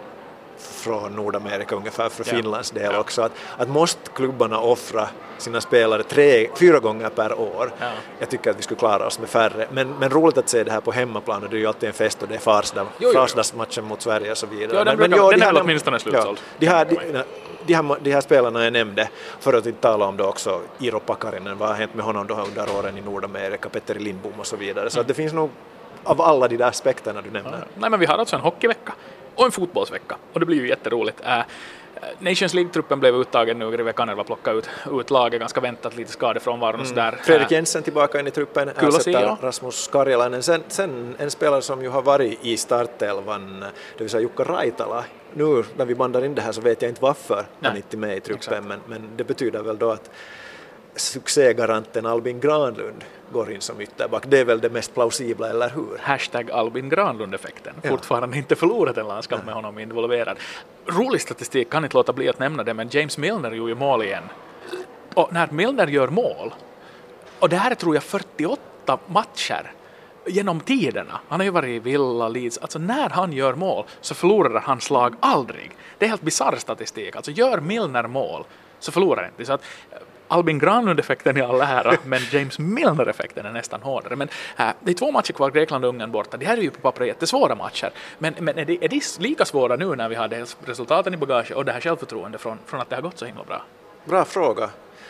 B: från Nordamerika ungefär för ja. Finlands del ja. också. Att, att måste klubbarna offra sina spelare tre, fyra gånger per år. Ja. Jag tycker att vi skulle klara oss med färre. Men, men roligt att se det här på hemmaplan och det är ju alltid en fest och det är farsdag, farsdagsmatchen mot Sverige och så vidare.
C: Ja, den,
B: men,
C: brukar,
B: men, jo,
C: den
B: de
C: är
B: här,
C: åtminstone slutsåld.
B: Ja, de, här, de, de, här, de här spelarna jag nämnde, för att inte tala om det också, Iiro Pakarinen, vad har hänt med honom då under åren i Nordamerika, Petteri Lindbom och så vidare. Så mm. att det finns nog av alla de där aspekterna du nämner. Ja.
C: Nej, men vi har alltså en hockeyvecka och en fotbollsvecka. Och det blir ju jätteroligt. Äh, Nations League-truppen blev uttagen nu. Rive Kanerva plockade ut, ut laget ganska väntat, lite skadefrånvaron och sådär.
B: Mm. Fredrik Jensen tillbaka in i truppen.
C: Kul att se, ja.
B: Rasmus Karjalainen. Sen, sen en spelare som ju har varit i startelvan, det vill säga Jukka Raitala. Nu när vi bandar in det här så vet jag inte varför han inte är med i truppen. Men, men det betyder väl då att succégaranten Albin Granlund går in som ytterback. Det är väl det mest plausibla, eller hur?
C: Hashtag Albin Granlund-effekten. Ja. Fortfarande inte förlorat en landskap ja. med honom involverad. Rolig statistik, kan inte låta bli att nämna det, men James Milner gjorde ju mål igen. Och när Milner gör mål, och det här är tror jag fyrtioåtta matcher genom tiderna. Han har ju varit i Villa, Leeds. Alltså när han gör mål så förlorar han slag aldrig. Det är helt bizarr statistik. Alltså gör Milner mål så förlorar han inte. Så att Albin Granlund-effekten är all ära, men James Milner-effekten är nästan hårdare. Men äh, det är två matcher kvar, Grekland och Ungern borta. Det här är ju på pappret jättesvåra matcher. Men, men är, det, är det lika svåra nu när vi har dels resultaten i bagage och det här självförtroende från, från att det har gått så himla bra?
B: Bra fråga.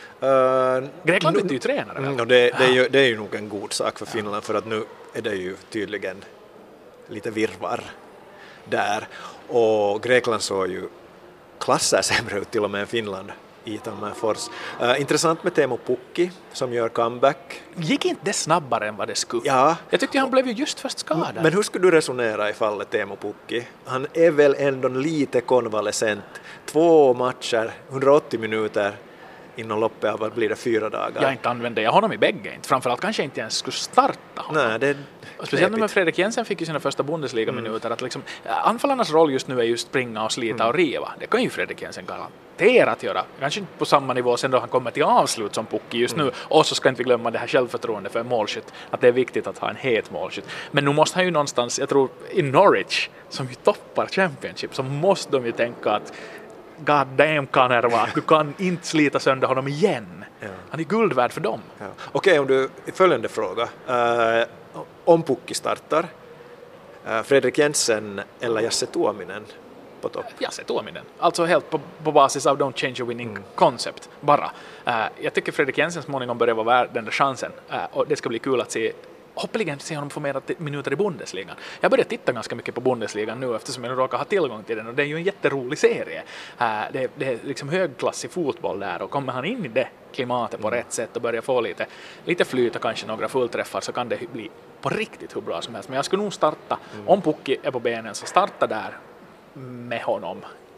C: Uh, Grekland är ju tränare.
B: Mm, och det, det, är ju, det är ju nog en god sak för Finland, för att nu är det ju tydligen lite virvar där. Och Grekland såg ju klasser sämre ut till och med än Finland i Tammerfors. Uh, intressant med Teemu Pukki som gör comeback.
C: Gick inte det snabbare än vad det skulle?
B: Ja.
C: Jag tyckte han blev ju just först skadad.
B: Men hur skulle du resonera i fallet Teemu Pukki? Han är väl ändå lite konvalescent. Två matcher, hundraåttio minuter inom loppet av vad blir det fyra dagar.
C: Jag inte använde jag honom i bägge. Inte. Framförallt kanske inte ens skulle starta honom.
B: Nej, det är
C: speciellt när Fredrik Jensen fick ju sina första Bundesliga-minuter. Mm. Att liksom, anfallarnas roll just nu är just springa och slita mm. och riva. Det kan ju Fredrik Jensen garanterat göra. Kanske inte på samma nivå sen då han kommer till avslut som Pukki just mm. nu. Och så ska inte vi glömma det här självförtroende för en målskytt. Att det är viktigt att ha en het målskytt. Men nu måste han ju någonstans, jag tror i Norwich som ju toppar Championship, så måste de ju tänka att God damn Kanerva, du kan inte slita sönder honom igen. Ja. Han är guld värd för dem. Ja.
B: Okej, om du, följande fråga. Uh, om Pukki startar, uh, Fredrik Jensen eller Jasse Tuominen på topp?
C: Jasse Tuominen. Alltså helt på, på basis av Don't Change a Winning mm. Concept. Bara. Uh, jag tycker Fredrik Jensen småningom börjar vara värd den där chansen. Uh, och det ska bli kul att se hoppeligen se honom få mer minuter i Bundesligan. Jag börjar titta ganska mycket på Bundesligan nu eftersom jag nu råkar ha tillgång till den och det är ju en jätterolig serie. Uh, det, det är liksom högklassig fotboll där och kommer han in i det klimatet på mm. rätt sätt och börjar få lite, lite flyt och kanske några fullträffar så kan det bli på riktigt hur bra som helst. Men jag skulle nog starta, mm. om Pukki är på benen så starta där med honom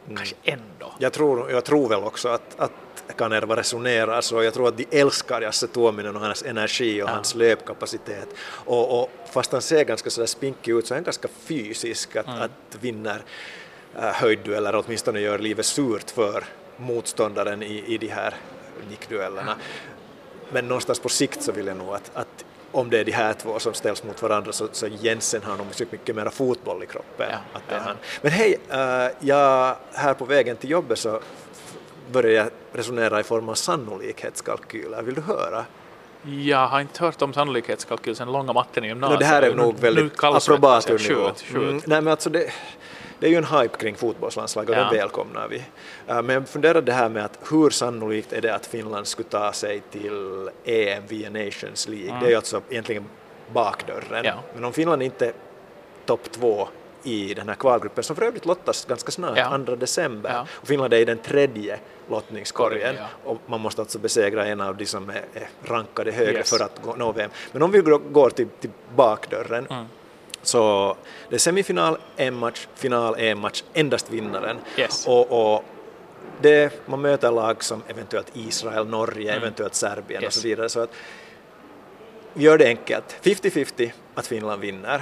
C: mm. kanske ändå.
B: Jag tror, jag tror väl också att, att Kanerva resonerar så. Jag tror att de älskar Jasse Tuominen och hans energi och ja. hans löpkapacitet. Och, och fast han ser ganska sådär spinkig ut så är han ganska fysisk att, mm. att vinner äh, höjddueller, åtminstone gör livet surt för motståndaren i, i de här nickduellerna. Mm. Men någonstans på sikt så vill jag nog att, att om det är de här två som ställs mot varandra så, så Jensen har nog mycket, mycket mer fotboll i kroppen. Ja, att det ja. är han. Men hej, äh, jag här på vägen till jobbet så börjar jag resonera i form av sannolikhetskalkyler. Vill du höra?
C: Jag har inte hört om sannolikhetskalkyl sen långa matten i gymnasiet.
B: No, det här är nog väldigt approbaturnivå. Mm, nej, men alltså det, det är ju en hype kring fotbollslandslag och ja. den välkomnar vi. Uh, men jag funderar det här med att hur sannolikt är det att Finland skulle ta sig till E M via Nations League. Mm. Det är ju alltså egentligen bakdörren. Ja. Men om Finland inte är topp två i den här kvalgruppen som för övrigt lottas ganska snart, ja. andra december. Ja. Och Finland är i den tredje lottningskorgen. Ja. Och man måste alltså besegra en av de som är, är rankade högre yes. för att gå, nå V M. Men om vi går till, till bakdörren mm. så det är semifinal, en match, final, en match, endast vinnaren. Yes. Och, och det, man möter lag som eventuellt Israel, Norge, mm. eventuellt Serbien yes. och så vidare. Så att vi gör det enkelt. femtio femtio att Finland vinner.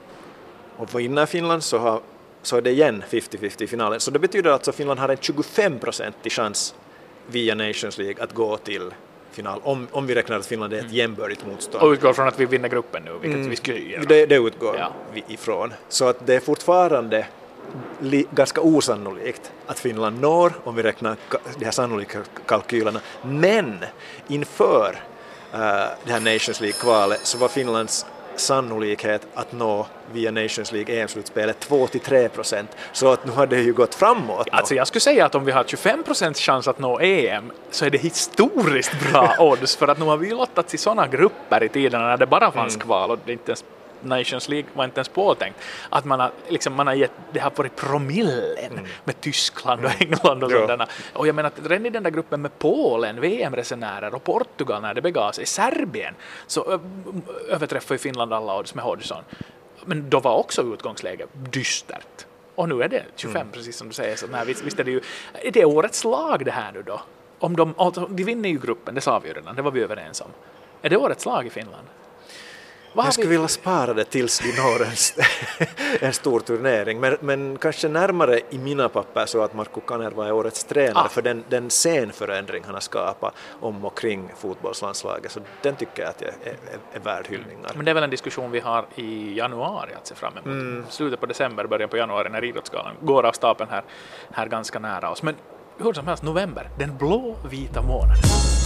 B: Och vinner Finland så, har, så är det igen femtio femtio i finalen. Så det betyder alltså att Finland har en tjugofem procent chans via Nations League att gå till final. Om, om vi räknar att Finland är ett mm. jämbördigt motstånd.
C: Och utgår från att vi vinner gruppen nu, vilket mm. vi skulle göra.
B: Det, det utgår ja. vi ifrån. Så att det är fortfarande li, ganska osannolikt att Finland når, om vi räknar de här sannolika kalkylerna. Men inför uh, det här Nations League-kvalet så var Finlands sannolikhet att nå via Nations League E M-slutspelet två till tre procent. Så att nu har det ju gått framåt.
C: Alltså jag skulle säga att om vi har tjugofem procent chans att nå E M så är det historiskt bra odds, för att nu har vi lottats i sådana grupper i tiden när det bara fanns mm. kval och det inte ens Nations League var inte ens påtänkt. Att man har, liksom, man har gett, det har varit promillen mm. med Tyskland och England och sådana. Och jag menar att redan i den där gruppen med Polen, V M-resenärer och Portugal när det begav sig, Serbien, så ö- överträffar ju Finland alla odds med Hodgson. Men då var också utgångsläget dystert. Och nu är det tjugofem, mm. precis som du säger. Så nej, visst, visst är det ju, är det årets lag det här nu då? Om de, alltså, de vinner ju gruppen, det sa vi ju redan, det var vi överens om. Är det årets lag i Finland?
B: Vad jag skulle vi... vilja spara det tills vi når en, en stor turnering, men, men kanske närmare i mina papper så att Markku Kanerva är årets tränare ah. för den, den scenförändring han har skapat om och kring fotbollslandslaget, så den tycker jag att är, är, är värd hyllningar.
C: Men det är väl en diskussion vi har i januari att se fram emot. Mm. Slutet på december, början på januari när idrottsgalan går av stapeln här, här ganska nära oss. Men hur som helst, november, den blå-vita månaden.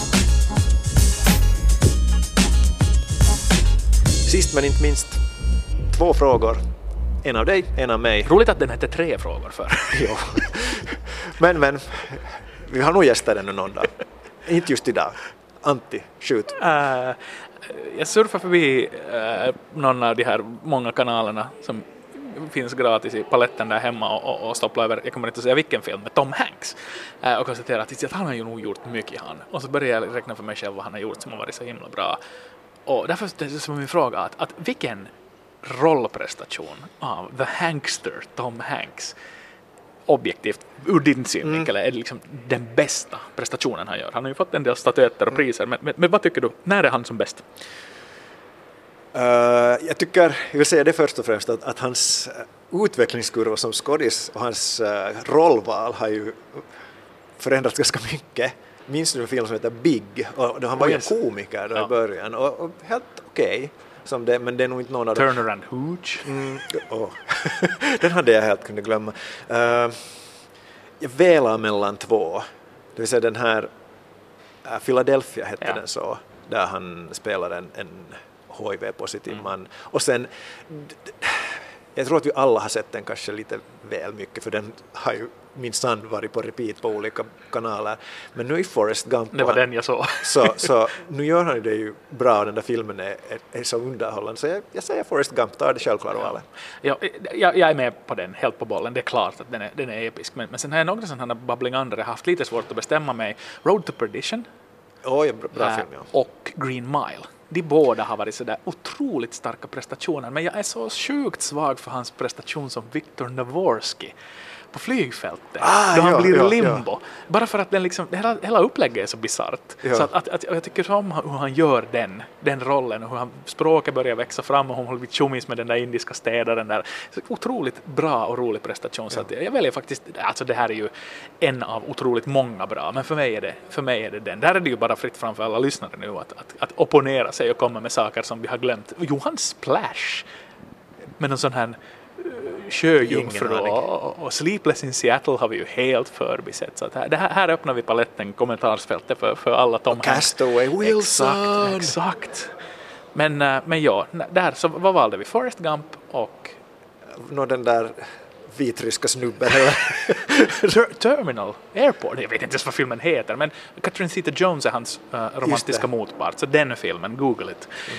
B: Sist men inte minst, två frågor. En av dig, en av mig.
C: Roligt att den hette tre frågor för.
B: Jo. Men, men, vi har nog gäster ännu någon dag. Inte just idag. Antti, skjut. Uh,
C: jag surfar förbi uh, någon av de här många kanalerna som finns gratis i paletten där hemma och, och, och stopplar över, jag kommer inte att säga vilken film, med Tom Hanks. Uh, och konstaterar att, att han har ju nog gjort mycket han. Och så börjar jag räkna för mig själv vad han har gjort som har varit så himla bra. Och därför är det som min fråga att, att vilken rollprestation av The Hankster Tom Hanks objektivt ur din synvinkel mm. är liksom den bästa prestationen han gör? Han har ju fått en del statyetter och priser, men, men, men vad tycker du? När är han som bäst?
B: Uh, jag tycker, jag vill säga det först och främst, att, att hans utvecklingskurva som skådis och hans uh, rollval har ju förändrats ganska mycket. Minns du en film som heter Big? Och då han var ju oh, yes. en komiker då ja. i början. Och, och helt okej. Okay, men det är nog inte någon av
C: dem. Turner and Hooch.
B: Mm, oh. Den hade jag helt kunnat glömma. Uh, jag välar mellan två. Det vill säga den här uh, Philadelphia hette ja. den så. Där han spelar en, en H I V-positiv mm. man. Och sen... D- d- jag tror att vi alla har sett den kanske lite väl mycket, för den har ju minsann varit på repeat på olika kanaler. Men nu är Forrest Gump.
C: Det var han, den jag såg.
B: Så, så nu gör han det ju bra, den där filmen är, är, är så underhållande. Så jag, jag säger Forrest Gump, tar det självklart valet.
C: Ja, jag, jag är med på den, helt på bollen. Det är klart att den är, den är episk. Men, men sen har jag några sådana babbling andra haft lite svårt att bestämma mig. Road to Perdition.
B: Oj, bra, bra äh, film, ja.
C: Och Green Mile. De båda har varit sådär otroligt starka prestationer, men jag är så sjukt svag för hans prestation som Victor Navorsky på flygfältet.
B: Ah,
C: då han
B: ja,
C: blir
B: ja,
C: limbo.
B: Ja.
C: Bara för att den liksom, hela, hela upplägget är så bizarrt.
B: Ja.
C: Så att, att, att jag tycker om hur han gör den, den rollen och hur han, språket börjar växa fram och hon håller vid tjommis med den där indiska städaren där. Så otroligt bra och rolig prestation. Så att jag väljer faktiskt, alltså det här är ju en av otroligt många bra, men för mig är det, för mig är det den. Där är det ju bara fritt framför alla lyssnare nu att, att, att opponera sig och komma med saker som vi har glömt. Johan Splash med någon sån här sjöjungfru och, och Sleepless in Seattle har vi ju helt förbisett. Så att här, det här, här öppnar vi paletten, kommentarsfältet för, för alla Tom Hanks.
B: Castaway Wilson!
C: Exakt, exakt. Men, men ja, där så vad valde vi? Forrest Gump och
B: Nå den där vitryska snubben eller?
C: Ter- Terminal Airport. Jag vet inte ens vad filmen heter, men Catherine Zeta-Jones är hans uh, romantiska motpart. Så den filmen, google it. Mm.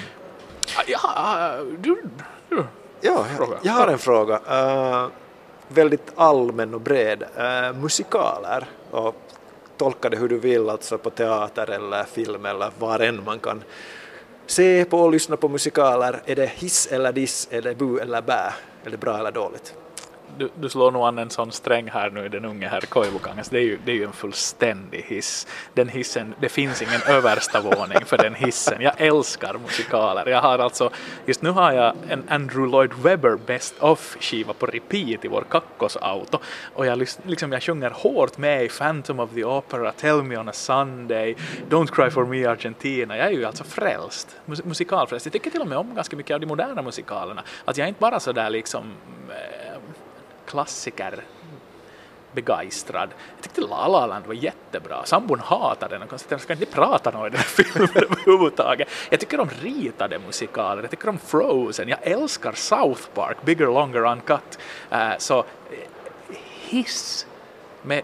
C: Ja, du, du.
B: Ja, jag, jag har en fråga. Uh, väldigt allmän och bred. Uh, musikaler, och tolka det hur du vill, alltså på teater eller film eller var än man kan se på och lyssna på musikaler. Är det hiss eller diss, är det bu eller bä? Är det bra eller dåligt?
C: Du, du slår nog an en sån sträng här nu i den unge här Koivukangas. Det är ju, det är ju en fullständig hiss. Den hissen, det finns ingen översta våning för den hissen. Jag älskar musikaler. Jag har alltså, just nu har jag en Andrew Lloyd Webber Best of-skiva på repeat i vår kakkosauto. Och jag, liksom, jag sjunger hårt med i Phantom of the Opera, Tell Me on a Sunday, Don't Cry for Me Argentina. Jag är ju alltså frälst, mus- musikalfrälst. Jag tycker till och med om ganska mycket av de moderna musikalerna. Att jag är inte bara så där liksom klassiker begeistrad. Jag tyckte La La Land var jättebra. Sambon hatade den och konstaterade att jag ska inte prata något i den här filmen överhuvudtaget. Jag tycker om ritade musikaler. Jag tycker om Frozen. Jag älskar South Park. Bigger, Longer, Uncut. Uh, så hiss med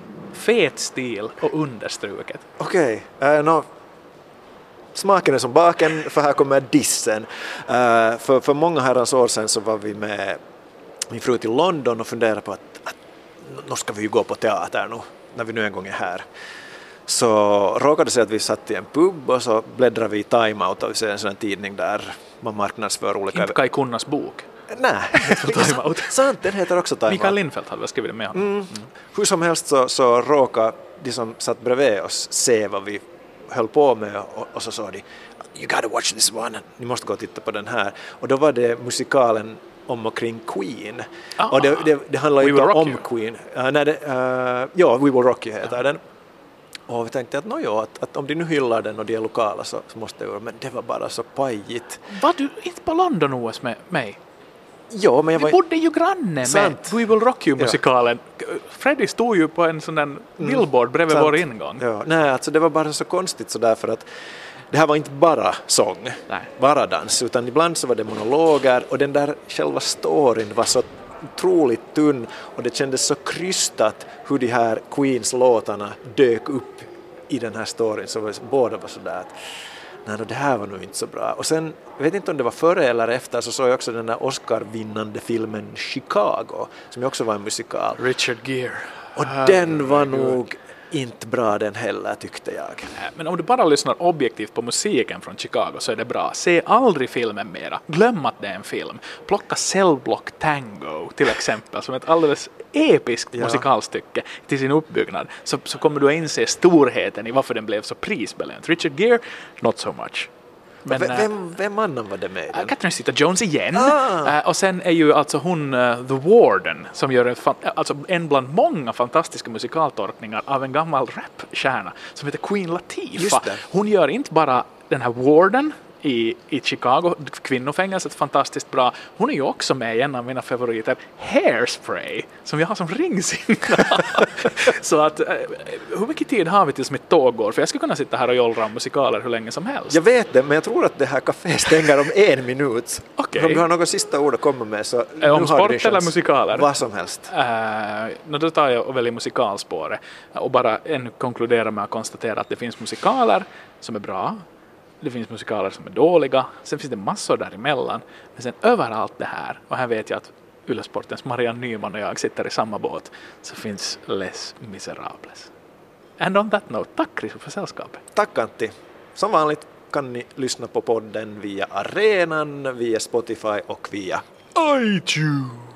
C: fet stil och understruket.
B: Okej, okay. uh, no. Smaken är som baken, för här kommer dissen. Uh, för, för många herrans år sedan så var vi med min fru till London och funderade på att, att nu ska vi ju gå på teater nu, när vi nu en gång är här. Så råkade det sig att vi satt i en pub och så bläddrade vi i Time Out och vi ser en sån här tidning där man marknadsför olika...
C: Inte Kai Kunnas bok.
B: Nej,
C: Time Out.
B: Sant, den heter också Time Out.
C: Mikael Lindfeldt hade väl skrivit det med honom.
B: Mm. Mm. Hur som helst så, så råkade de som satt bredvid oss se vad vi höll på med och, och så sa de You gotta watch this one, ni måste gå och titta på den här. Och då var det musikalen om och kring Queen. Ah, och det, det, det handlar inte om you. Queen. Uh, nej, det, uh, ja, We Will Rock You heter ja. den. Och vi tänkte att, no, ja, att, att om de nu hyllar den och de är lokala så, så måste det vara. Men det var bara så pajigt.
C: Var du inte på London-O S med mig?
B: Ja, men jag
C: vi
B: var...
C: bodde ju granne
B: Sant.
C: med We Will Rock You-musikalen. Ja. Freddy stod ju på en sån där billboard bredvid
B: Sant.
C: vår ingång.
B: Ja. Nej, alltså det var bara så konstigt så därför att det här var inte bara sång, Nej. bara dans, utan ibland så var det monologer och den där själva storyn var så otroligt tunn och det kändes så krystat hur de här Queens låtarna dök upp i den här storyn, så var, båda var sådär att nej, det här var nog inte så bra. Och sen, jag vet inte om det var före eller efter, så såg jag också den där Oscar-vinnande filmen Chicago, som ju också var en musikal.
C: Richard Gere.
B: Och ah, den var nog inte bra den heller, tyckte jag.
C: Men om du bara lyssnar objektivt på musiken från Chicago så är det bra. Se aldrig filmen mera. Glöm att det är en film. Plocka Cell Block Tango till exempel som ett alldeles episkt ja. musikalstycke till sin uppbyggnad. Så, så kommer du att inse storheten i varför den blev så prisbelönt. Richard Gere, not so much.
B: Men, vem, vem, vem annan var det med den?
C: Catherine Zeta-Jones igen.
B: Ah.
C: Uh, och sen är ju alltså hon uh, The Warden som gör en, fan, alltså en bland många fantastiska musikaltolkningar av en gammal rapstjärna som heter Queen Latifah. Hon gör inte bara den här Warden i, i Chicago, kvinnofängelset, fantastiskt bra. Hon är ju också med i en av mina favoriter, Hairspray, som jag har som ringsignal. Så att, uh, hur mycket tid har vi tills mitt tåg går? För jag skulle kunna sitta här och jollra om musikaler hur länge som helst.
B: Jag vet det, men jag tror att det här kafé stänger om en minut.
C: Okay.
B: Om du har något sista ord att komma med så...
C: Äh, om sport eller musikaler?
B: Vad som helst.
C: Uh, då tar jag och väljer musikalspåret. Och bara ännu konkludera med att konstatera att det finns musikaler som är bra. Det finns musikaler som är dåliga. Sen finns det massor däremellan. Men sen överallt det här, och här vet jag att Yle-sportens Marianne Nyman och jag sitter i samma båt, så finns Les Miserables. And on that note, tack Chris för sällskapet.
B: Tack Antti. Som vanligt kan ni lyssna på podden via Arenan, via Spotify och via
C: iTunes.